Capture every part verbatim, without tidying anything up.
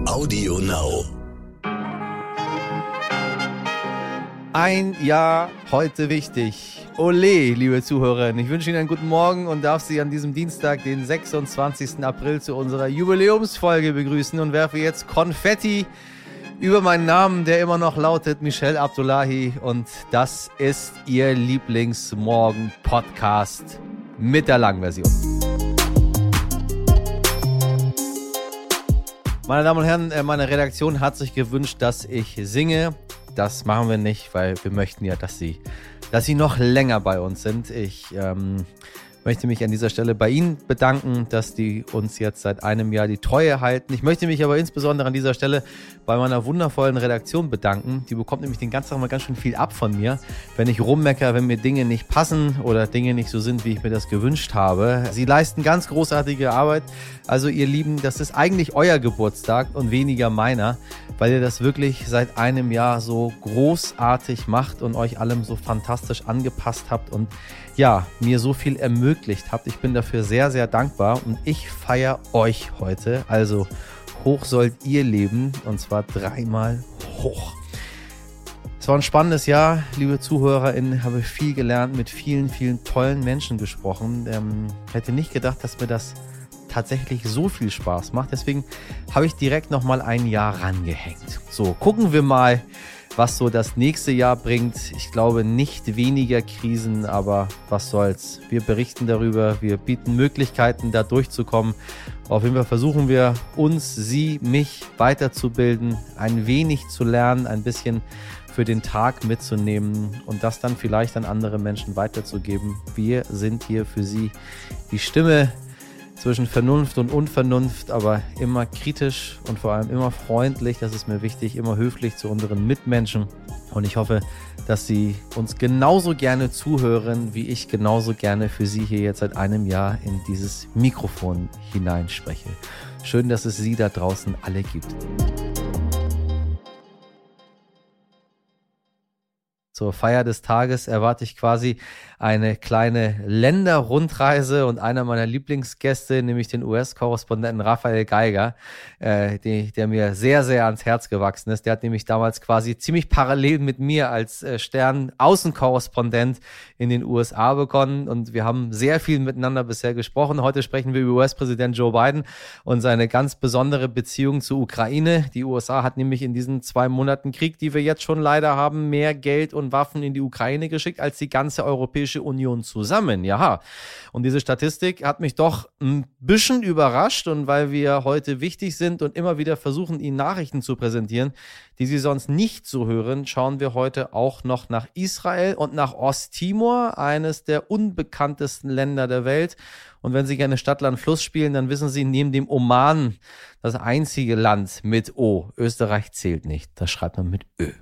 Audio Now. Ein Jahr heute wichtig. Ole, liebe Zuhörerinnen, ich wünsche Ihnen einen guten Morgen und darf Sie an diesem Dienstag, den sechsundzwanzigsten April, zu unserer Jubiläumsfolge begrüßen und werfe jetzt Konfetti über meinen Namen, der immer noch lautet Michel Abdullahi, und das ist Ihr Lieblingsmorgen-Podcast mit der langen Version. Meine Damen und Herren, meine Redaktion hat sich gewünscht, dass ich singe. Das machen wir nicht, weil wir möchten ja, dass Sie, dass Sie noch länger bei uns sind. Ich ähm, möchte mich an dieser Stelle bei Ihnen bedanken, dass die uns jetzt seit einem Jahr die Treue halten. Ich möchte mich aber insbesondere an dieser Stelle bei meiner wundervollen Redaktion bedanken. Die bekommt nämlich den ganzen Tag mal ganz schön viel ab von mir, wenn ich rummecker, wenn mir Dinge nicht passen oder Dinge nicht so sind, wie ich mir das gewünscht habe. Sie leisten ganz großartige Arbeit. Also ihr Lieben, das ist eigentlich euer Geburtstag und weniger meiner, weil ihr das wirklich seit einem Jahr so großartig macht und euch allem so fantastisch angepasst habt und ja, mir so viel ermöglicht habt. Ich bin dafür sehr, sehr dankbar und ich feiere euch heute. Also hoch sollt ihr leben, und zwar dreimal hoch. Es war ein spannendes Jahr, liebe ZuhörerInnen, habe viel gelernt, mit vielen, vielen tollen Menschen gesprochen. Ähm, hätte nicht gedacht, dass mir das tatsächlich so viel Spaß macht. Deswegen habe ich direkt nochmal ein Jahr rangehängt. So, gucken wir mal, was so das nächste Jahr bringt. Ich glaube nicht weniger Krisen, aber was soll's. Wir berichten darüber, wir bieten Möglichkeiten, da durchzukommen. Auf jeden Fall versuchen wir, uns, Sie, mich weiterzubilden, ein wenig zu lernen, ein bisschen für den Tag mitzunehmen und das dann vielleicht an andere Menschen weiterzugeben. Wir sind hier für Sie die Stimme zwischen Vernunft und Unvernunft, aber immer kritisch und vor allem immer freundlich, das ist mir wichtig, immer höflich zu unseren Mitmenschen. Und ich hoffe, dass Sie uns genauso gerne zuhören, wie ich genauso gerne für Sie hier jetzt seit einem Jahr in dieses Mikrofon hineinspreche. Schön, dass es Sie da draußen alle gibt. Zur Feier des Tages erwarte ich quasi eine kleine Länderrundreise und einer meiner Lieblingsgäste, nämlich den U S-Korrespondenten Raphael Geiger, äh, die, der mir sehr, sehr ans Herz gewachsen ist. Der hat nämlich damals quasi ziemlich parallel mit mir als äh, Stern-Außenkorrespondent in den U S A begonnen und wir haben sehr viel miteinander bisher gesprochen. Heute sprechen wir über U S-Präsident Joe Biden und seine ganz besondere Beziehung zur Ukraine. Die U S A hat nämlich in diesen zwei Monaten Krieg, die wir jetzt schon leider haben, mehr Geld und Waffen in die Ukraine geschickt als die ganze Europäische Union zusammen. Ja, und diese Statistik hat mich doch ein bisschen überrascht, und weil wir heute wichtig sind und immer wieder versuchen, Ihnen Nachrichten zu präsentieren, die Sie sonst nicht so hören, schauen wir heute auch noch nach Israel und nach Osttimor, eines der unbekanntesten Länder der Welt. Und wenn Sie gerne Stadt, Land, Fluss spielen, dann wissen Sie, neben dem Oman das einzige Land mit O. Österreich zählt nicht, das schreibt man mit Ö.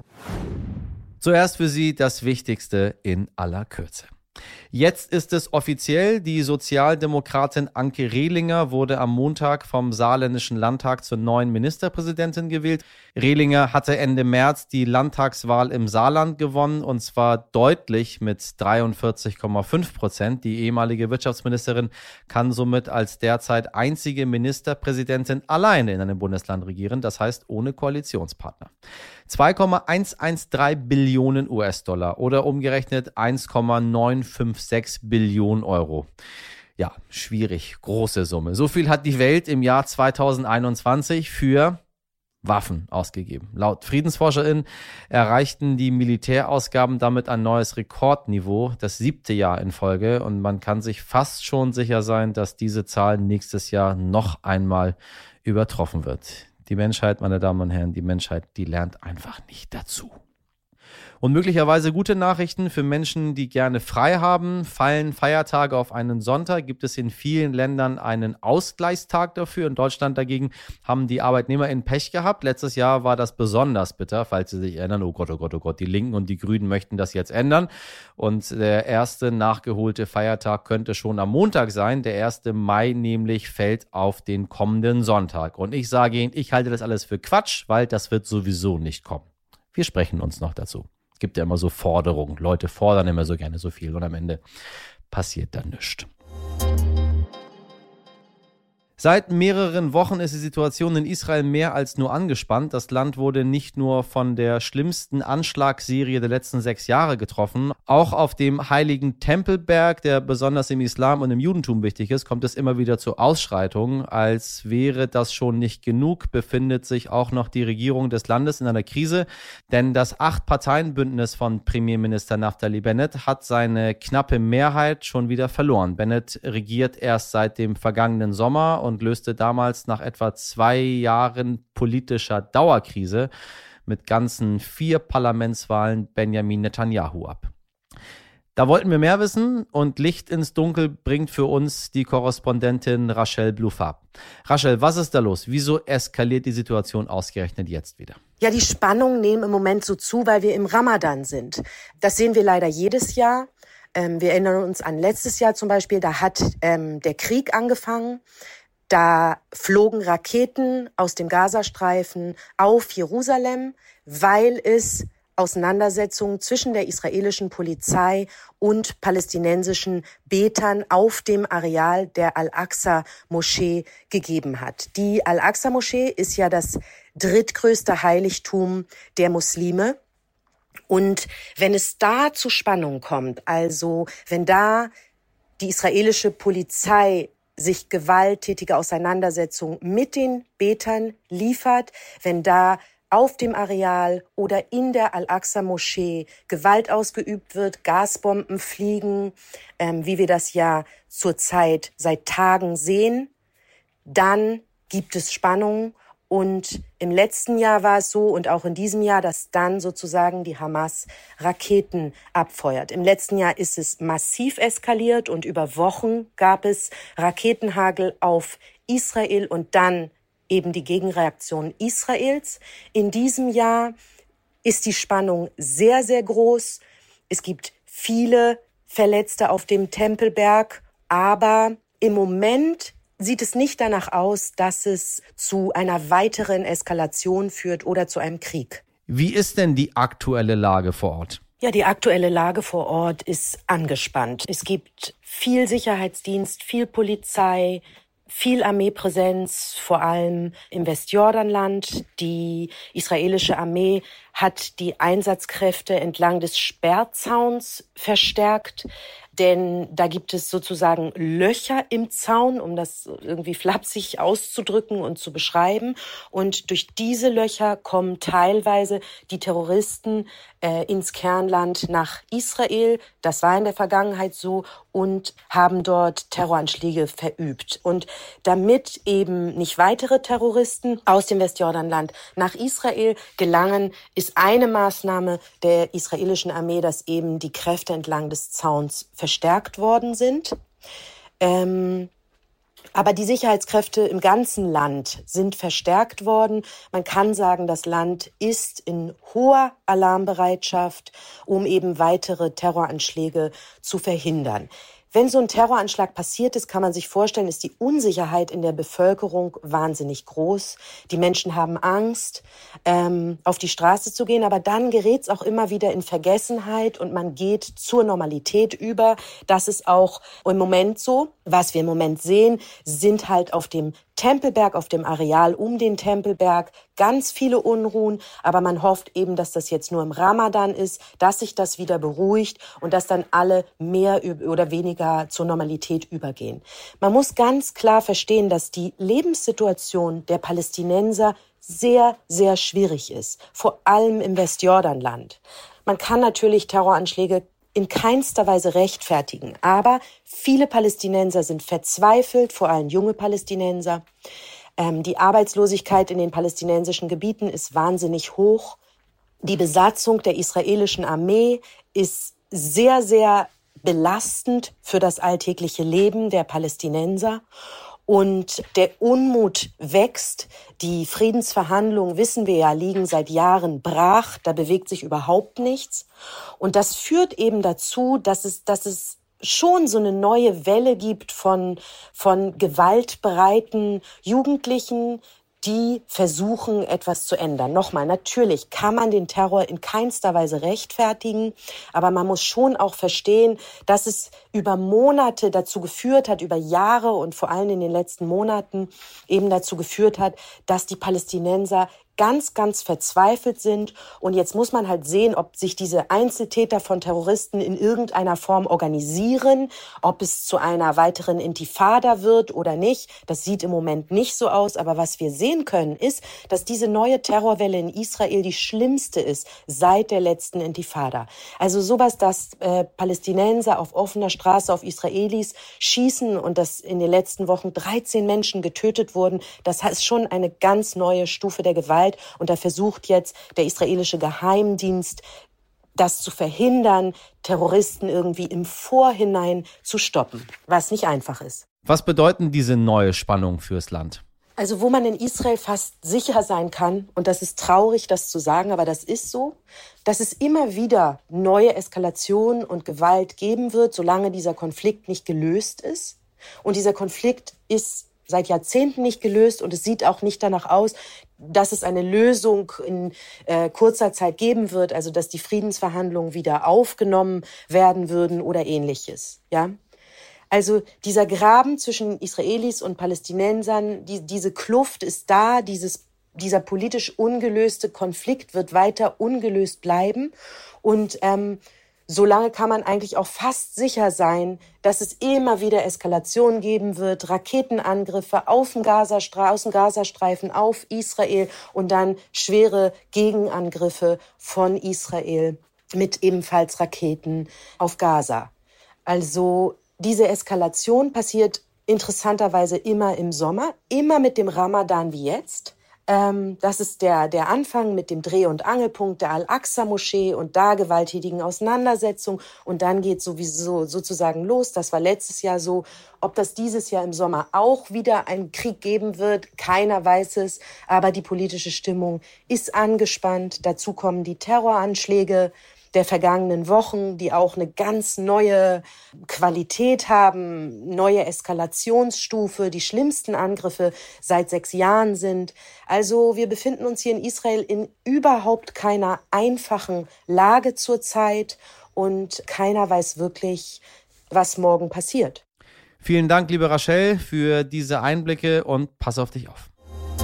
Zuerst für Sie das Wichtigste in aller Kürze. Jetzt ist es offiziell, die Sozialdemokratin Anke Rehlinger wurde am Montag vom Saarländischen Landtag zur neuen Ministerpräsidentin gewählt. Rehlinger hatte Ende März die Landtagswahl im Saarland gewonnen, und zwar deutlich mit dreiundvierzig Komma fünf Prozent. Die ehemalige Wirtschaftsministerin kann somit als derzeit einzige Ministerpräsidentin alleine in einem Bundesland regieren, das heißt ohne Koalitionspartner. zwei Komma hundertzdreizehn Billionen U S-Dollar oder umgerechnet eins Komma neunhundertsechsundfünfzig Billionen Euro. Ja, schwierig, große Summe. So viel hat die Welt im Jahr zweitausendeinundzwanzig für Waffen ausgegeben. Laut FriedensforscherInnen erreichten die Militärausgaben damit ein neues Rekordniveau, das siebte Jahr in Folge, und man kann sich fast schon sicher sein, dass diese Zahl nächstes Jahr noch einmal übertroffen wird. Die Menschheit, meine Damen und Herren, die Menschheit, die lernt einfach nicht dazu. Und möglicherweise gute Nachrichten für Menschen, die gerne frei haben. Fallen Feiertage auf einen Sonntag, gibt es in vielen Ländern einen Ausgleichstag dafür. In Deutschland dagegen haben die ArbeitnehmerInnen Pech gehabt. Letztes Jahr war das besonders bitter, falls Sie sich erinnern. Oh Gott, oh Gott, oh Gott, die Linken und die Grünen möchten das jetzt ändern. Und der erste nachgeholte Feiertag könnte schon am Montag sein. Der erste Mai nämlich fällt auf den kommenden Sonntag. Und ich sage Ihnen, ich halte das alles für Quatsch, weil das wird sowieso nicht kommen. Wir sprechen uns noch dazu. Es gibt ja immer so Forderungen. Leute fordern immer so gerne so viel und am Ende passiert dann nichts. Seit mehreren Wochen ist die Situation in Israel mehr als nur angespannt. Das Land wurde nicht nur von der schlimmsten Anschlagsserie der letzten sechs Jahre getroffen. Auch auf dem heiligen Tempelberg, der besonders im Islam und im Judentum wichtig ist, kommt es immer wieder zu Ausschreitungen. Als wäre das schon nicht genug, befindet sich auch noch die Regierung des Landes in einer Krise. Denn das Acht-Parteien-Bündnis von Premierminister Naftali Bennett hat seine knappe Mehrheit schon wieder verloren. Bennett regiert erst seit dem vergangenen Sommer und löste damals nach etwa zwei Jahren politischer Dauerkrise mit ganzen vier Parlamentswahlen Benjamin Netanyahu ab. Da wollten wir mehr wissen und Licht ins Dunkel bringt für uns die Korrespondentin Rachel Bluffard. Rachel, was ist da los? Wieso eskaliert die Situation ausgerechnet jetzt wieder? Ja, die Spannungen nehmen im Moment so zu, weil wir im Ramadan sind. Das sehen wir leider jedes Jahr. Ähm, wir erinnern uns an letztes Jahr zum Beispiel, da hat ähm, der Krieg angefangen. Da flogen Raketen aus dem Gazastreifen auf Jerusalem, weil es Auseinandersetzungen zwischen der israelischen Polizei und palästinensischen Betern auf dem Areal der Al-Aqsa-Moschee gegeben hat. Die Al-Aqsa-Moschee ist ja das drittgrößte Heiligtum der Muslime. Und wenn es da zu Spannungen kommt, also wenn da die israelische Polizei sich gewalttätige Auseinandersetzungen mit den Betern liefert, wenn da auf dem Areal oder in der Al-Aqsa-Moschee Gewalt ausgeübt wird, Gasbomben fliegen, ähm, wie wir das ja zurzeit seit Tagen sehen, dann gibt es Spannungen. Und im letzten Jahr war es so und auch in diesem Jahr, dass dann sozusagen die Hamas Raketen abfeuert. Im letzten Jahr ist es massiv eskaliert und über Wochen gab es Raketenhagel auf Israel und dann eben die Gegenreaktion Israels. In diesem Jahr ist die Spannung sehr, sehr groß. Es gibt viele Verletzte auf dem Tempelberg, aber im Moment sieht es nicht danach aus, dass es zu einer weiteren Eskalation führt oder zu einem Krieg. Wie ist denn die aktuelle Lage vor Ort? Ja, die aktuelle Lage vor Ort ist angespannt. Es gibt viel Sicherheitsdienst, viel Polizei, viel Armeepräsenz, vor allem im Westjordanland. Die israelische Armee hat die Einsatzkräfte entlang des Sperrzauns verstärkt. Denn da gibt es sozusagen Löcher im Zaun, um das irgendwie flapsig auszudrücken und zu beschreiben. Und durch diese Löcher kommen teilweise die Terroristen äh, ins Kernland nach Israel. Das war in der Vergangenheit so und haben dort Terroranschläge verübt. Und damit eben nicht weitere Terroristen aus dem Westjordanland nach Israel gelangen, ist eine Maßnahme der israelischen Armee, dass eben die Kräfte entlang des Zauns verstärkt worden sind. Ähm, aber die Sicherheitskräfte im ganzen Land sind verstärkt worden. Man kann sagen, das Land ist in hoher Alarmbereitschaft, um eben weitere Terroranschläge zu verhindern. Wenn so ein Terroranschlag passiert ist, kann man sich vorstellen, ist die Unsicherheit in der Bevölkerung wahnsinnig groß. Die Menschen haben Angst, ähm, auf die Straße zu gehen, aber dann gerät es auch immer wieder in Vergessenheit und man geht zur Normalität über. Das ist auch im Moment so. Was wir im Moment sehen, sind halt auf dem Tempelberg, auf dem Areal um den Tempelberg ganz viele Unruhen, aber man hofft eben, dass das jetzt nur im Ramadan ist, dass sich das wieder beruhigt und dass dann alle mehr oder weniger zur Normalität übergehen. Man muss ganz klar verstehen, dass die Lebenssituation der Palästinenser sehr, sehr schwierig ist, vor allem im Westjordanland. Man kann natürlich Terroranschläge in keinster Weise rechtfertigen. Aber viele Palästinenser sind verzweifelt, vor allem junge Palästinenser. Ähm, die Arbeitslosigkeit in den palästinensischen Gebieten ist wahnsinnig hoch. Die Besatzung der israelischen Armee ist sehr, sehr belastend für das alltägliche Leben der Palästinenser. Und der Unmut wächst. Die Friedensverhandlungen, wissen wir ja, liegen seit Jahren brach. Da bewegt sich überhaupt nichts. Und das führt eben dazu, dass es, dass es schon so eine neue Welle gibt von, von gewaltbereiten Jugendlichen, die versuchen, etwas zu ändern. Nochmal, natürlich kann man den Terror in keinster Weise rechtfertigen, aber man muss schon auch verstehen, dass es über Monate dazu geführt hat, über Jahre und vor allem in den letzten Monaten eben dazu geführt hat, dass die Palästinenser ganz, ganz verzweifelt sind. Und jetzt muss man halt sehen, ob sich diese Einzeltäter von Terroristen in irgendeiner Form organisieren, ob es zu einer weiteren Intifada wird oder nicht. Das sieht im Moment nicht so aus. Aber was wir sehen können, ist, dass diese neue Terrorwelle in Israel die schlimmste ist seit der letzten Intifada. Also sowas, dass äh, Palästinenser auf offener Straße auf Israelis schießen und dass in den letzten Wochen dreizehn Menschen getötet wurden, das ist schon eine ganz neue Stufe der Gewalt. Und da versucht jetzt der israelische Geheimdienst, das zu verhindern, Terroristen irgendwie im Vorhinein zu stoppen, was nicht einfach ist. Was bedeuten diese neue Spannung fürs Land? Also wo man in Israel fast sicher sein kann, und das ist traurig, das zu sagen, aber das ist so, dass es immer wieder neue Eskalationen und Gewalt geben wird, solange dieser Konflikt nicht gelöst ist. Und dieser Konflikt ist seit Jahrzehnten nicht gelöst und es sieht auch nicht danach aus, dass es eine Lösung in äh, kurzer Zeit geben wird, also dass die Friedensverhandlungen wieder aufgenommen werden würden oder Ähnliches. Ja, also dieser Graben zwischen Israelis und Palästinensern, die, diese Kluft ist da, dieses, dieser politisch ungelöste Konflikt wird weiter ungelöst bleiben und ähm, solange kann man eigentlich auch fast sicher sein, dass es immer wieder Eskalationen geben wird, Raketenangriffe auf dem Gazastra- aus dem Gazastreifen auf Israel und dann schwere Gegenangriffe von Israel mit ebenfalls Raketen auf Gaza. Also diese Eskalation passiert interessanterweise immer im Sommer, immer mit dem Ramadan wie jetzt. Ähm, das ist der, der Anfang mit dem Dreh- und Angelpunkt der Al-Aqsa-Moschee und da gewalttätigen Auseinandersetzungen. Und dann geht sowieso sozusagen los. Das war letztes Jahr so. Ob das dieses Jahr im Sommer auch wieder einen Krieg geben wird, keiner weiß es. Aber die politische Stimmung ist angespannt. Dazu kommen die Terroranschläge der vergangenen Wochen, die auch eine ganz neue Qualität haben, neue Eskalationsstufe, die schlimmsten Angriffe seit sechs Jahren sind. Also wir befinden uns hier in Israel in überhaupt keiner einfachen Lage zurzeit und keiner weiß wirklich, was morgen passiert. Vielen Dank, liebe Rachel, für diese Einblicke und pass auf dich auf.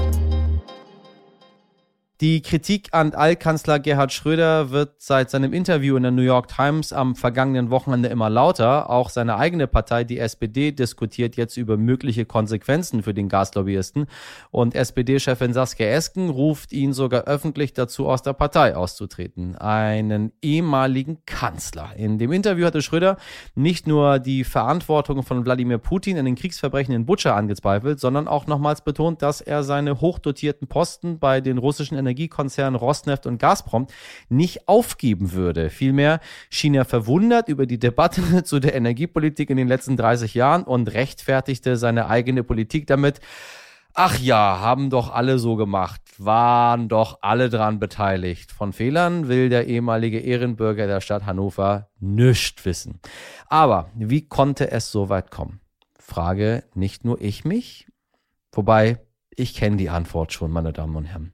Die Kritik an Altkanzler Gerhard Schröder wird seit seinem Interview in der New York Times am vergangenen Wochenende immer lauter. Auch seine eigene Partei, die S P D, diskutiert jetzt über mögliche Konsequenzen für den Gaslobbyisten. Und S P D-Chefin Saskia Esken ruft ihn sogar öffentlich dazu, aus der Partei auszutreten. Einen ehemaligen Kanzler. In dem Interview hatte Schröder nicht nur die Verantwortung von Wladimir Putin in den Kriegsverbrechen in Butscha angezweifelt, sondern auch nochmals betont, dass er seine hochdotierten Posten bei den russischen Energie Energiekonzernen Rosneft und Gazprom nicht aufgeben würde. Vielmehr schien er verwundert über die Debatte zu der Energiepolitik in den letzten dreißig Jahren und rechtfertigte seine eigene Politik damit: Ach ja, haben doch alle so gemacht, waren doch alle dran beteiligt. Von Fehlern will der ehemalige Ehrenbürger der Stadt Hannover nichts wissen. Aber wie konnte es so weit kommen? Frage nicht nur ich mich, wobei ich kenne die Antwort schon, meine Damen und Herren.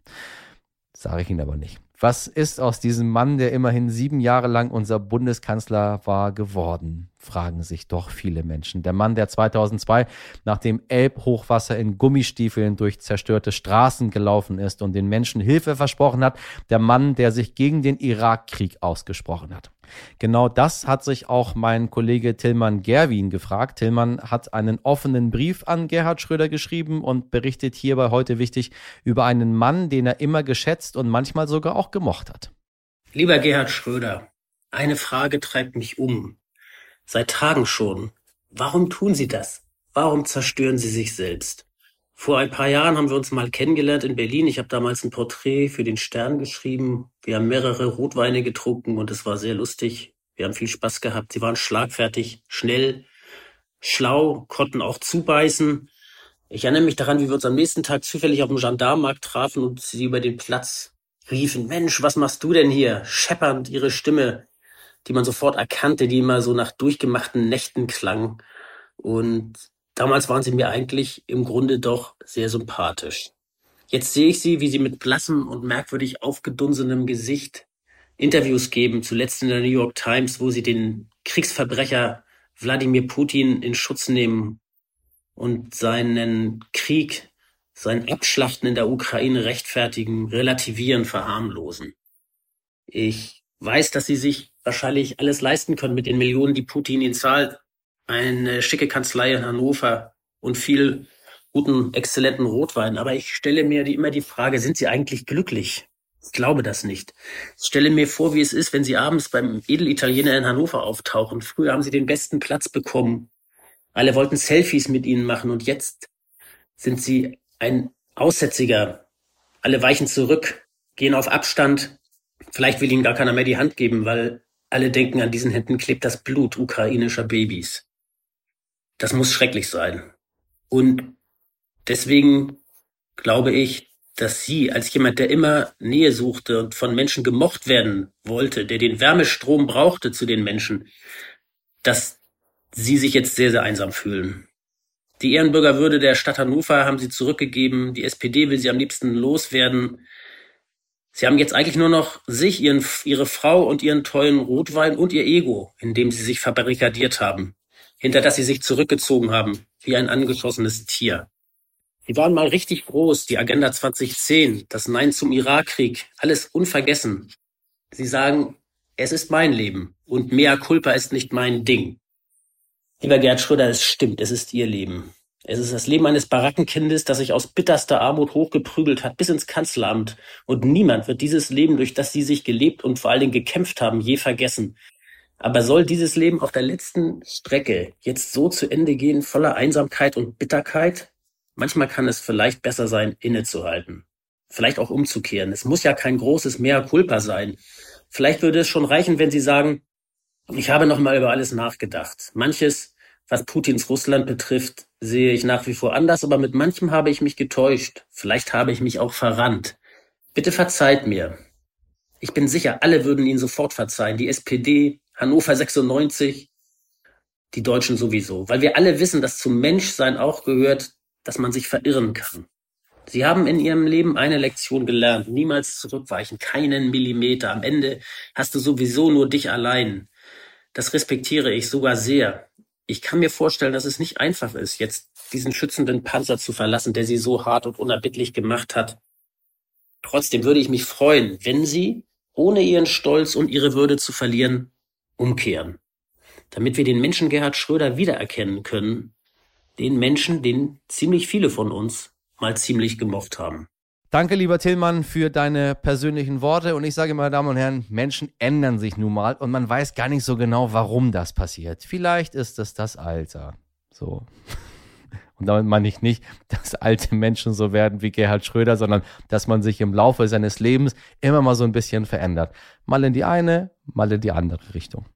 Sage ich Ihnen aber nicht. Was ist aus diesem Mann, der immerhin sieben Jahre lang unser Bundeskanzler war, geworden? Fragen sich doch viele Menschen. Der Mann, der zweitausendzwei nach dem Elbhochwasser in Gummistiefeln durch zerstörte Straßen gelaufen ist und den Menschen Hilfe versprochen hat. Der Mann, der sich gegen den Irakkrieg ausgesprochen hat. Genau das hat sich auch mein Kollege Tilman Gerwin gefragt. Tilman hat einen offenen Brief an Gerhard Schröder geschrieben und berichtet hierbei heute wichtig über einen Mann, den er immer geschätzt und manchmal sogar auch gemocht hat. Lieber Gerhard Schröder, eine Frage treibt mich um. Seit Tagen schon. Warum tun Sie das? Warum zerstören Sie sich selbst? Vor ein paar Jahren haben wir uns mal kennengelernt in Berlin. Ich habe damals ein Porträt für den Stern geschrieben. Wir haben mehrere Rotweine getrunken und es war sehr lustig. Wir haben viel Spaß gehabt. Sie waren schlagfertig, schnell, schlau, konnten auch zubeißen. Ich erinnere mich daran, wie wir uns am nächsten Tag zufällig auf dem Gendarmenmarkt trafen und sie über den Platz riefen: Mensch, was machst du denn hier? Scheppernd ihre Stimme, die man sofort erkannte, die immer so nach durchgemachten Nächten klang. Und damals waren sie mir eigentlich im Grunde doch sehr sympathisch. Jetzt sehe ich sie, wie sie mit blassem und merkwürdig aufgedunsenem Gesicht Interviews geben, zuletzt in der New York Times, wo sie den Kriegsverbrecher Wladimir Putin in Schutz nehmen und seinen Krieg, sein Abschlachten in der Ukraine rechtfertigen, relativieren, verharmlosen. Ich weiß, dass sie sich wahrscheinlich alles leisten können mit den Millionen, die Putin ihnen zahlt. Eine schicke Kanzlei in Hannover und viel guten, exzellenten Rotwein. Aber ich stelle mir die, immer die Frage, sind sie eigentlich glücklich? Ich glaube das nicht. Ich stelle mir vor, wie es ist, wenn sie abends beim Edelitaliener in Hannover auftauchen. Früher haben sie den besten Platz bekommen. Alle wollten Selfies mit ihnen machen und jetzt sind sie ein Aussätziger. Alle weichen zurück, gehen auf Abstand. Vielleicht will ihnen gar keiner mehr die Hand geben, weil alle denken, an diesen Händen klebt das Blut ukrainischer Babys. Das muss schrecklich sein. Und deswegen glaube ich, dass sie als jemand, der immer Nähe suchte und von Menschen gemocht werden wollte, der den Wärmestrom brauchte zu den Menschen, dass sie sich jetzt sehr, sehr einsam fühlen. Die Ehrenbürgerwürde der Stadt Hannover haben sie zurückgegeben. Die S P D will sie am liebsten loswerden. Sie haben jetzt eigentlich nur noch sich, ihren, ihre Frau und ihren tollen Rotwein und ihr Ego, in dem sie sich verbarrikadiert haben, hinter das sie sich zurückgezogen haben, wie ein angeschossenes Tier. Sie waren mal richtig groß, die Agenda zwanzig zehn, das Nein zum Irakkrieg, alles unvergessen. Sie sagen, es ist mein Leben und mea culpa ist nicht mein Ding. Lieber Gerhard Schröder, es stimmt, es ist Ihr Leben. Es ist das Leben eines Barackenkindes, das sich aus bitterster Armut hochgeprügelt hat bis ins Kanzleramt. Und niemand wird dieses Leben, durch das Sie sich gelebt und vor allen Dingen gekämpft haben, je vergessen. Aber soll dieses Leben auf der letzten Strecke jetzt so zu Ende gehen, voller Einsamkeit und Bitterkeit? Manchmal kann es vielleicht besser sein, innezuhalten. Vielleicht auch umzukehren. Es muss ja kein großes Mea culpa sein. Vielleicht würde es schon reichen, wenn Sie sagen, ich habe noch mal über alles nachgedacht. Manches, was Putins Russland betrifft, sehe ich nach wie vor anders, aber mit manchem habe ich mich getäuscht. Vielleicht habe ich mich auch verrannt. Bitte verzeiht mir. Ich bin sicher, alle würden Ihnen sofort verzeihen. Die S P D, Hannover sechsundneunzig, die Deutschen sowieso. Weil wir alle wissen, dass zum Menschsein auch gehört, dass man sich verirren kann. Sie haben in Ihrem Leben eine Lektion gelernt. Niemals zurückweichen, keinen Millimeter. Am Ende hast du sowieso nur dich allein. Das respektiere ich sogar sehr. Ich kann mir vorstellen, dass es nicht einfach ist, jetzt diesen schützenden Panzer zu verlassen, der Sie so hart und unerbittlich gemacht hat. Trotzdem würde ich mich freuen, wenn Sie, ohne Ihren Stolz und Ihre Würde zu verlieren, umkehren. Damit wir den Menschen Gerhard Schröder wiedererkennen können, den Menschen, den ziemlich viele von uns mal ziemlich gemocht haben. Danke, lieber Tillmann, für deine persönlichen Worte. Und ich sage, meine Damen und Herren, Menschen ändern sich nun mal und man weiß gar nicht so genau, warum das passiert. Vielleicht ist es das Alter. So. Und damit meine ich nicht, dass alte Menschen so werden wie Gerhard Schröder, sondern dass man sich im Laufe seines Lebens immer mal so ein bisschen verändert. Mal in die eine, mal in die andere Richtung.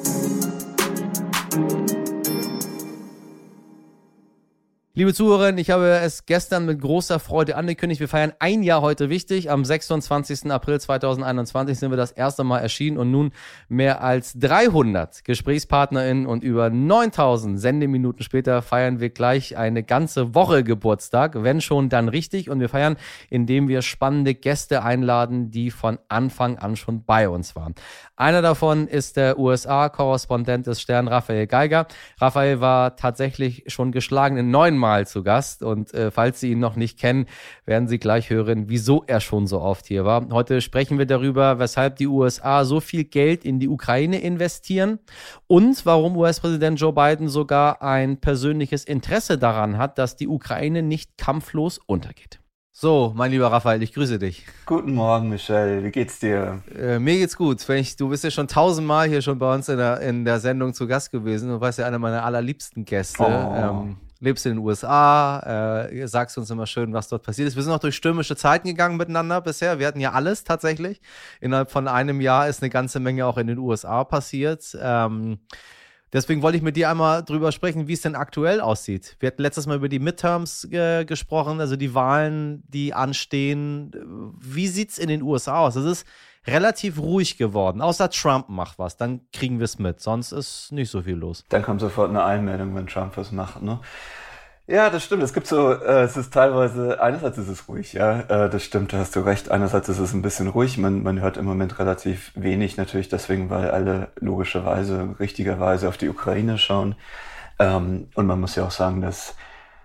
Liebe Zuhörerinnen, ich habe es gestern mit großer Freude angekündigt. Wir feiern ein Jahr heute wichtig. Am sechsundzwanzigsten April zweitausendeinundzwanzig sind wir das erste Mal erschienen und nun mehr als dreihundert GesprächspartnerInnen und über neuntausend Sendeminuten später feiern wir gleich eine ganze Woche Geburtstag, wenn schon dann richtig. Und wir feiern, indem wir spannende Gäste einladen, die von Anfang an schon bei uns waren. Einer davon ist der U S A-Korrespondent des Stern, Raphael Geiger. Raphael war tatsächlich schon geschlagen in neun Mal zu Gast und äh, falls Sie ihn noch nicht kennen, werden Sie gleich hören, wieso er schon so oft hier war. Heute sprechen wir darüber, weshalb die U S A so viel Geld in die Ukraine investieren und warum U S-Präsident Joe Biden sogar ein persönliches Interesse daran hat, dass die Ukraine nicht kampflos untergeht. So, mein lieber Raphael, ich grüße dich. Guten Morgen, Michel. Wie geht's dir? Äh, mir geht's gut. Wenn ich, du bist ja schon tausendmal hier schon bei uns in der, in der Sendung zu Gast gewesen. Du warst ja einer meiner allerliebsten Gäste. Oh. Ähm, lebst in den U S A, äh, sagst uns immer schön, was dort passiert ist. Wir sind auch durch stürmische Zeiten gegangen miteinander bisher. Wir hatten ja alles tatsächlich. Innerhalb von einem Jahr ist eine ganze Menge auch in den U S A passiert. Ähm, Deswegen wollte ich mit dir einmal drüber sprechen, wie es denn aktuell aussieht. Wir hatten letztes Mal über die Midterms äh, gesprochen, also die Wahlen, die anstehen. Wie sieht es in den U S A aus? Es ist relativ ruhig geworden. Außer Trump macht was, dann kriegen wir es mit. Sonst ist nicht so viel los. Dann kommt sofort eine Einmeldung, wenn Trump was macht, ne? Ja, das stimmt. Es gibt so, äh, es ist teilweise, einerseits ist es ruhig, ja, äh, das stimmt, da hast du recht. Einerseits ist es ein bisschen ruhig. Man, man hört im Moment relativ wenig, natürlich deswegen, weil alle logischerweise, richtigerweise auf die Ukraine schauen. Ähm, und man muss ja auch sagen, dass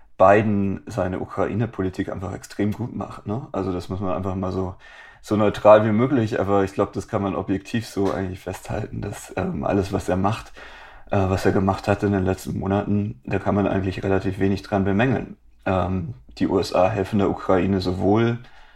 Biden seine Ukraine-Politik einfach extrem gut macht, ne? Also das muss man einfach mal so, so neutral wie möglich, aber ich glaube, das kann man objektiv so eigentlich festhalten, dass ähm, alles, was er macht, äh, was er gemacht hat in den letzten Monaten, da kann man eigentlich relativ wenig dran bemängeln. Ähm, die U S A helfen der Ukraine sowohl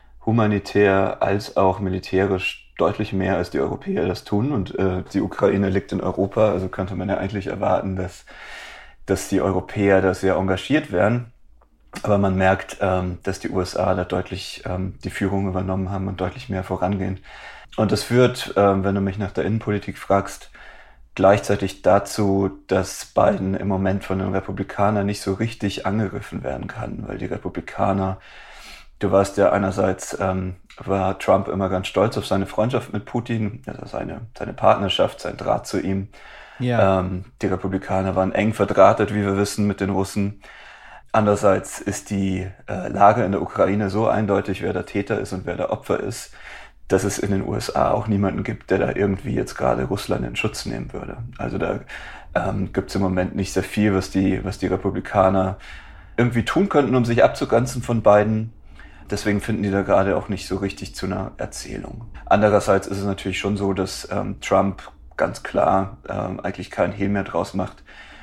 humanitär als auch militärisch deutlich mehr, als die Europäer das tun. Und äh, die Ukraine liegt in Europa, also könnte man ja eigentlich erwarten, dass, dass die Europäer da sehr engagiert wären. Aber man merkt, ähm, dass die U S A da deutlich ähm, die Führung übernommen haben und deutlich mehr vorangehen. Und das führt, ähm, wenn du mich nach der Innenpolitik fragst, gleichzeitig dazu, dass Biden im Moment von den Republikanern nicht so richtig angegriffen werden kann, weil die Republikaner, du weißt ja, einerseits ähm, war Trump immer ganz stolz auf seine Freundschaft mit Putin, also seine, seine Partnerschaft, sein Draht zu ihm. Ja. Ähm, die Republikaner waren eng verdrahtet, wie wir wissen, mit den Russen. Andererseits ist die äh, Lage in der Ukraine so eindeutig, wer der Täter ist und wer der Opfer ist, dass es in den U S A auch niemanden gibt, der da irgendwie jetzt gerade Russland in Schutz nehmen würde. Also da ähm, gibt es im Moment nicht sehr viel, was die, was die Republikaner irgendwie tun könnten, um sich abzugrenzen von Biden. Deswegen finden die da gerade auch nicht so richtig zu einer Erzählung. Andererseits ist es natürlich schon so, dass ähm, Trump ganz klar ähm, eigentlich kein Hehl mehr draus macht.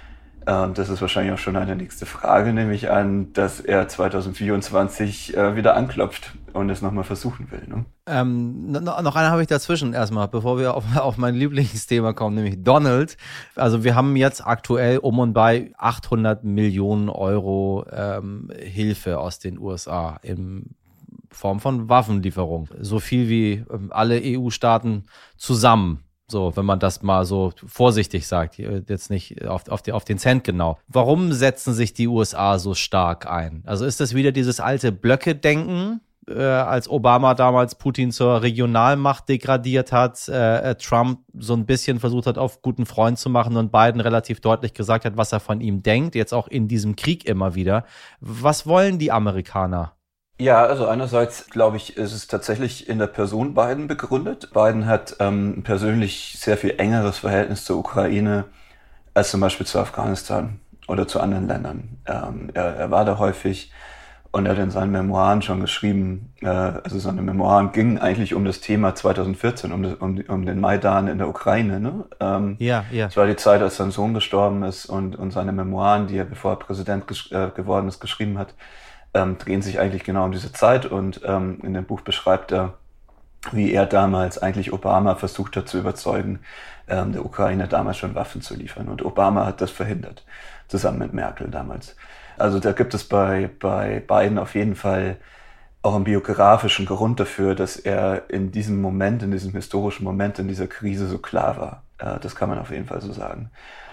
Ähm, das ist wahrscheinlich auch schon eine nächste Frage, nehme ich an, dass er zwanzig vierundzwanzig äh, wieder anklopft und es nochmal versuchen will. Ne? Ähm, noch, noch eine habe ich dazwischen erstmal, bevor wir auf, auf mein Lieblingsthema kommen, nämlich Donald. Also wir haben jetzt aktuell um und bei achthundert Millionen Euro ähm, Hilfe aus den U S A in Form von Waffenlieferung. So viel wie ähm, alle E U-Staaten zusammen. So, wenn man das mal so vorsichtig sagt, jetzt nicht auf, auf, die, auf den Cent genau. Warum setzen sich die U S A so stark ein? Also ist das wieder dieses alte Blöcke-Denken, äh, als Obama damals Putin zur Regionalmacht degradiert hat, äh, Trump so ein bisschen versucht hat, auf guten Freund zu machen und Biden relativ deutlich gesagt hat, was er von ihm denkt, jetzt auch in diesem Krieg immer wieder. Was wollen die Amerikaner? Ja, also einerseits, glaube ich, ist es tatsächlich in der Person Biden begründet. Biden hat ähm, ein persönlich sehr viel engeres Verhältnis zur Ukraine als zum Beispiel zu Afghanistan oder zu anderen Ländern. Ähm, er, er war da häufig und er hat in seinen Memoiren schon geschrieben, äh, also seine Memoiren gingen eigentlich um das Thema zwanzig vierzehn, um, das, um, um den Maidan in der Ukraine. Ne? Ähm, ja, ja. Es war die Zeit, als sein Sohn gestorben ist und, und seine Memoiren, die er, bevor er Präsident gesch- äh, geworden ist, geschrieben hat, Ähm, drehen sich eigentlich genau um diese Zeit und ähm, in dem Buch beschreibt er, wie er damals eigentlich Obama versucht hat zu überzeugen, ähm, der Ukraine damals schon Waffen zu liefern. Und Obama hat das verhindert, zusammen mit Merkel damals. Also da gibt es bei, bei Biden auf jeden Fall auch einen biografischen Grund dafür, dass er in diesem Moment, in diesem historischen Moment, in dieser Krise so klar war. Äh, das kann man auf jeden Fall so sagen.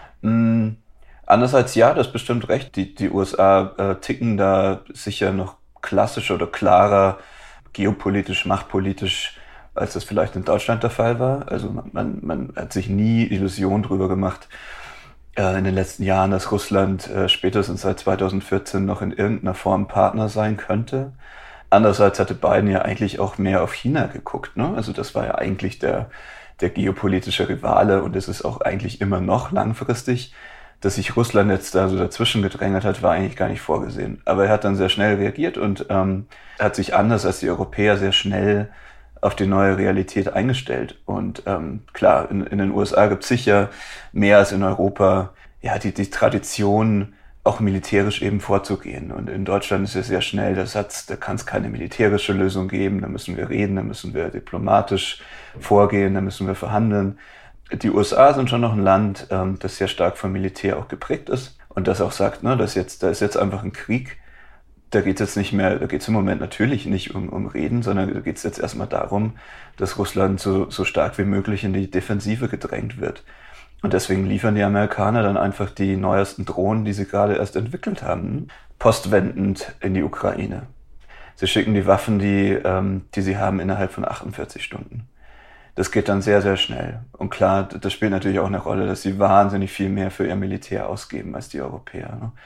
Mm. Andererseits, ja, das ist bestimmt recht. Die, die U S A äh, ticken da sicher noch klassischer oder klarer geopolitisch, machtpolitisch, als das vielleicht in Deutschland der Fall war. Also man, man, man hat sich nie Illusionen drüber gemacht äh, in den letzten Jahren, dass Russland äh, spätestens seit zwanzig vierzehn noch in irgendeiner Form Partner sein könnte. Andererseits hatte Biden ja eigentlich auch mehr auf China geguckt, ne? Also das war ja eigentlich der, der geopolitische Rivale und es ist auch eigentlich immer noch langfristig. Dass sich Russland jetzt da so dazwischen gedrängelt hat, war eigentlich gar nicht vorgesehen. Aber er hat dann sehr schnell reagiert und ähm, hat sich anders als die Europäer sehr schnell auf die neue Realität eingestellt. Und ähm, klar, in, in den U S A gibt es sicher mehr als in Europa ja die, die Tradition, auch militärisch eben vorzugehen. Und in Deutschland ist es sehr schnell der Satz, da kann es keine militärische Lösung geben, da müssen wir reden, da müssen wir diplomatisch vorgehen, da müssen wir verhandeln. Die U S A sind schon noch ein Land, ähm, das sehr stark vom Militär auch geprägt ist und das auch sagt, ne, dass jetzt, da ist jetzt einfach ein Krieg, da geht es jetzt nicht mehr, da geht es im Moment natürlich nicht um, um Reden, sondern da geht es jetzt erstmal darum, dass Russland so, so stark wie möglich in die Defensive gedrängt wird. Und deswegen liefern die Amerikaner dann einfach die neuesten Drohnen, die sie gerade erst entwickelt haben, postwendend in die Ukraine. Sie schicken die Waffen, die, ähm, die sie haben, innerhalb von achtundvierzig Stunden. Das geht dann sehr, sehr schnell. Und klar, das spielt natürlich auch eine Rolle, dass sie wahnsinnig viel mehr für ihr Militär ausgeben als die Europäer. Ne?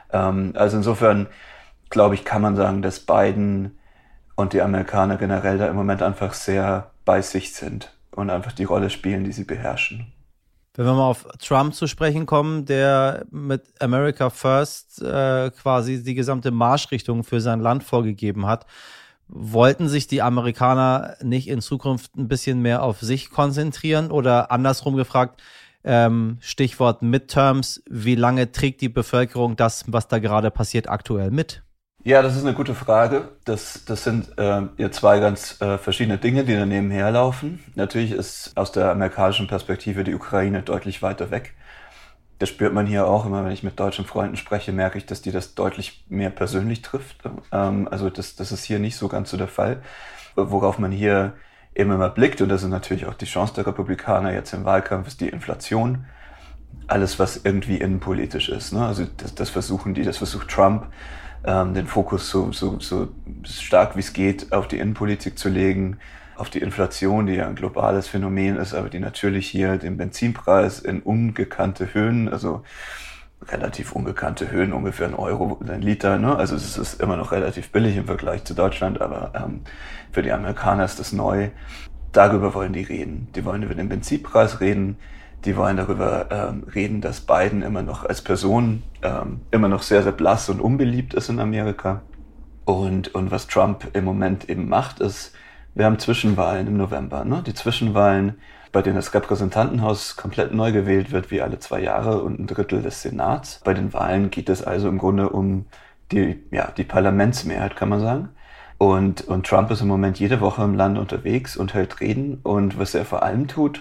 Ähm, also insofern, glaube ich, kann man sagen, dass Biden und die Amerikaner generell da im Moment einfach sehr bei sich sind und einfach die Rolle spielen, die sie beherrschen. Wenn wir mal auf Trump zu sprechen kommen, der mit America First äh, quasi die gesamte Marschrichtung für sein Land vorgegeben hat, wollten sich die Amerikaner nicht in Zukunft ein bisschen mehr auf sich konzentrieren? Oder andersrum gefragt, ähm, Stichwort Midterms, wie lange trägt die Bevölkerung das, was da gerade passiert, aktuell mit? Ja, das ist eine gute Frage. Das, das sind äh, ja zwei ganz äh, verschiedene Dinge, die da nebenher laufen. Natürlich ist aus der amerikanischen Perspektive die Ukraine deutlich weiter weg. Das spürt man hier auch. Immer wenn ich mit deutschen Freunden spreche, merke ich, dass die das deutlich mehr persönlich trifft. Ähm, also das, das ist hier nicht so ganz so der Fall. Worauf man hier eben immer blickt, und das ist natürlich auch die Chance der Republikaner jetzt im Wahlkampf, ist die Inflation. Alles, was irgendwie innenpolitisch ist, ne? Also das, das versuchen die, das versucht Trump, ähm, den Fokus so, so, so stark wie es geht auf die Innenpolitik zu legen, auf die Inflation, die ja ein globales Phänomen ist, aber die natürlich hier den Benzinpreis in ungekannte Höhen, also relativ ungekannte Höhen, ungefähr ein Euro ein Liter, ne? Also es ist immer noch relativ billig im Vergleich zu Deutschland, aber ähm, für die Amerikaner ist das neu. Darüber wollen die reden. Die wollen über den Benzinpreis reden. Die wollen darüber ähm, reden, dass Biden immer noch als Person ähm, immer noch sehr, sehr blass und unbeliebt ist in Amerika. Und, und was Trump im Moment eben macht, ist, wir haben Zwischenwahlen im November. Ne? Die Zwischenwahlen, bei denen das Repräsentantenhaus komplett neu gewählt wird, wie alle zwei Jahre, und ein Drittel des Senats. Bei den Wahlen geht es also im Grunde um die, ja, die Parlamentsmehrheit, kann man sagen. Und, und Trump ist im Moment jede Woche im Land unterwegs und hält Reden. Und was er vor allem tut,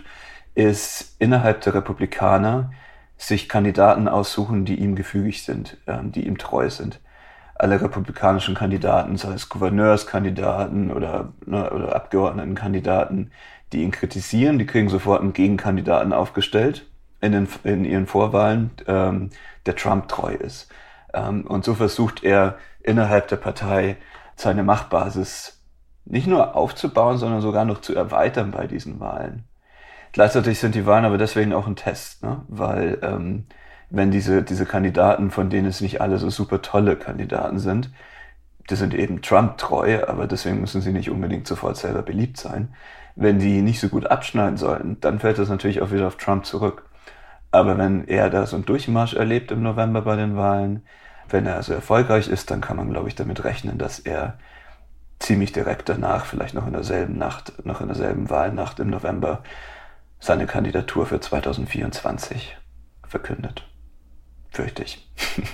ist innerhalb der Republikaner sich Kandidaten aussuchen, die ihm gefügig sind, ähm, die ihm treu sind. Alle republikanischen Kandidaten, sei es Gouverneurskandidaten oder, ne, oder Abgeordnetenkandidaten, die ihn kritisieren, die kriegen sofort einen Gegenkandidaten aufgestellt in, den, in ihren Vorwahlen, ähm, der Trump treu ist. Ähm, und so versucht er innerhalb der Partei seine Machtbasis nicht nur aufzubauen, sondern sogar noch zu erweitern bei diesen Wahlen. Gleichzeitig sind die Wahlen aber deswegen auch ein Test, ne? Weil ähm, wenn diese, diese Kandidaten, von denen es nicht alle so super tolle Kandidaten sind, die sind eben Trump treu, aber deswegen müssen sie nicht unbedingt sofort selber beliebt sein. Wenn die nicht so gut abschneiden sollten, dann fällt das natürlich auch wieder auf Trump zurück. Aber wenn er da so einen Durchmarsch erlebt im November bei den Wahlen, wenn er also erfolgreich ist, dann kann man, glaube ich, damit rechnen, dass er ziemlich direkt danach, vielleicht noch in derselben Nacht, noch in derselben Wahlnacht im November, seine Kandidatur für zwanzig vierundzwanzig verkündet. Fürchte ich.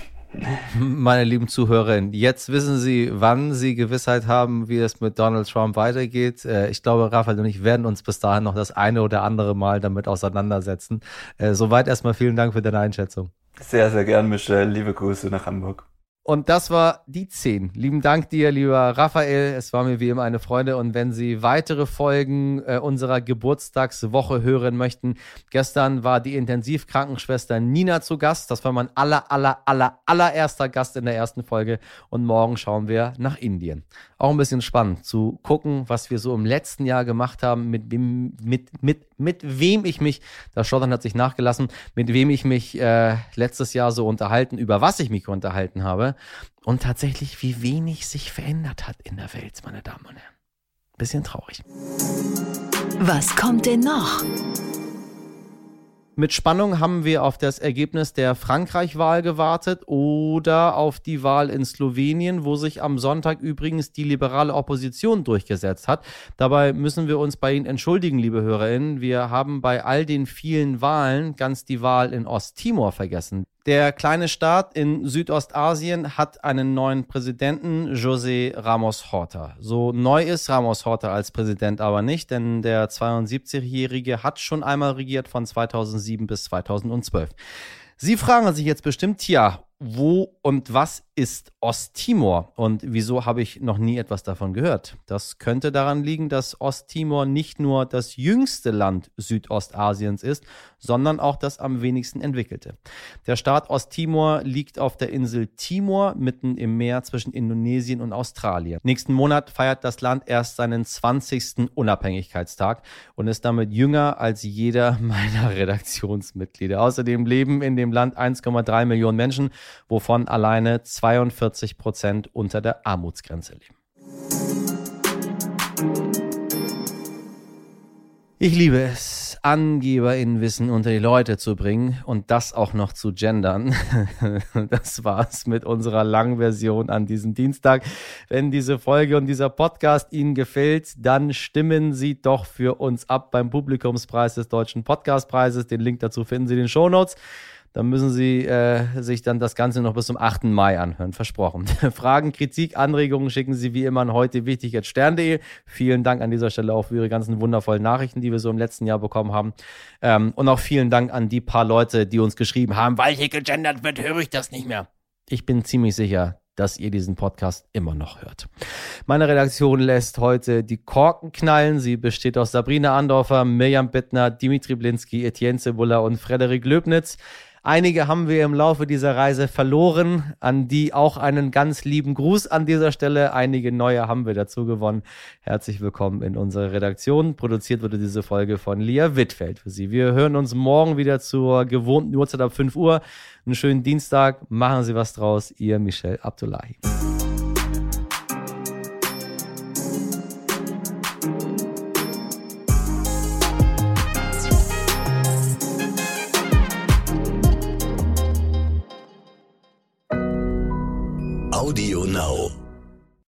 Meine lieben Zuhörerinnen, jetzt wissen Sie, wann Sie Gewissheit haben, wie es mit Donald Trump weitergeht. Ich glaube, Raphael und ich werden uns bis dahin noch das eine oder andere Mal damit auseinandersetzen. Soweit erstmal vielen Dank für deine Einschätzung. Sehr, sehr gern, Michelle. Liebe Grüße nach Hamburg. Und das war die zehn. Lieben Dank dir, lieber Raphael. Es war mir wie immer eine Freude. Und wenn Sie weitere Folgen äh, unserer Geburtstagswoche hören möchten, gestern war die Intensivkrankenschwester Nina zu Gast. Das war mein aller, aller, aller, allererster Gast in der ersten Folge. Und morgen schauen wir nach Indien. Auch ein bisschen spannend zu gucken, was wir so im letzten Jahr gemacht haben, mit wem, mit, mit, mit wem ich mich, das Stottern hat sich nachgelassen, mit wem ich mich äh, letztes Jahr so unterhalten, über was ich mich unterhalten habe. Und tatsächlich, wie wenig sich verändert hat in der Welt, meine Damen und Herren. Bisschen traurig. Was kommt denn noch? Mit Spannung haben wir auf das Ergebnis der Frankreich-Wahl gewartet oder auf die Wahl in Slowenien, wo sich am Sonntag übrigens die liberale Opposition durchgesetzt hat. Dabei müssen wir uns bei Ihnen entschuldigen, liebe HörerInnen. Wir haben bei all den vielen Wahlen ganz die Wahl in Osttimor vergessen. Der kleine Staat in Südostasien hat einen neuen Präsidenten, José Ramos Horta. So neu ist Ramos Horta als Präsident aber nicht, denn der zweiundsiebzigjährige hat schon einmal regiert von zweitausendsieben bis zweitausendzwölf. Sie fragen sich jetzt bestimmt, tja, wo und was ist Osttimor und wieso habe ich noch nie etwas davon gehört? Das könnte daran liegen, dass Osttimor nicht nur das jüngste Land Südostasiens ist, sondern auch das am wenigsten entwickelte. Der Staat Osttimor liegt auf der Insel Timor mitten im Meer zwischen Indonesien und Australien. Nächsten Monat feiert das Land erst seinen zwanzigsten Unabhängigkeitstag und ist damit jünger als jeder meiner Redaktionsmitglieder. Außerdem leben in dem Land eins Komma drei Millionen Menschen, wovon alleine zweiundvierzig Prozent unter der Armutsgrenze leben. Ich liebe es, AngeberInnenwissen unter die Leute zu bringen und das auch noch zu gendern. Das war's mit unserer langen Version an diesem Dienstag. Wenn diese Folge und dieser Podcast Ihnen gefällt, dann stimmen Sie doch für uns ab beim Publikumspreis des Deutschen Podcastpreises. Den Link dazu finden Sie in den Shownotes. Dann müssen Sie äh, sich dann das Ganze noch bis zum achten Mai anhören, versprochen. Fragen, Kritik, Anregungen schicken Sie wie immer an heute wichtig at stern punkt de. Vielen Dank an dieser Stelle auch für Ihre ganzen wundervollen Nachrichten, die wir so im letzten Jahr bekommen haben. Ähm, und auch vielen Dank an die paar Leute, die uns geschrieben haben, weil hier gegendert wird, höre ich das nicht mehr. Ich bin ziemlich sicher, dass ihr diesen Podcast immer noch hört. Meine Redaktion lässt heute die Korken knallen. Sie besteht aus Sabrina Andorfer, Mirjam Bittner, Dimitri Blinski, Etienne Cebula und Frederik Löbnitz. Einige haben wir im Laufe dieser Reise verloren, an die auch einen ganz lieben Gruß an dieser Stelle. Einige neue haben wir dazu gewonnen. Herzlich willkommen in unserer Redaktion. Produziert wurde diese Folge von Lia Wittfeld für Sie. Wir hören uns morgen wieder zur gewohnten Uhrzeit ab fünf Uhr. Einen schönen Dienstag. Machen Sie was draus. Ihr Michel Abdullahi. Audio Now.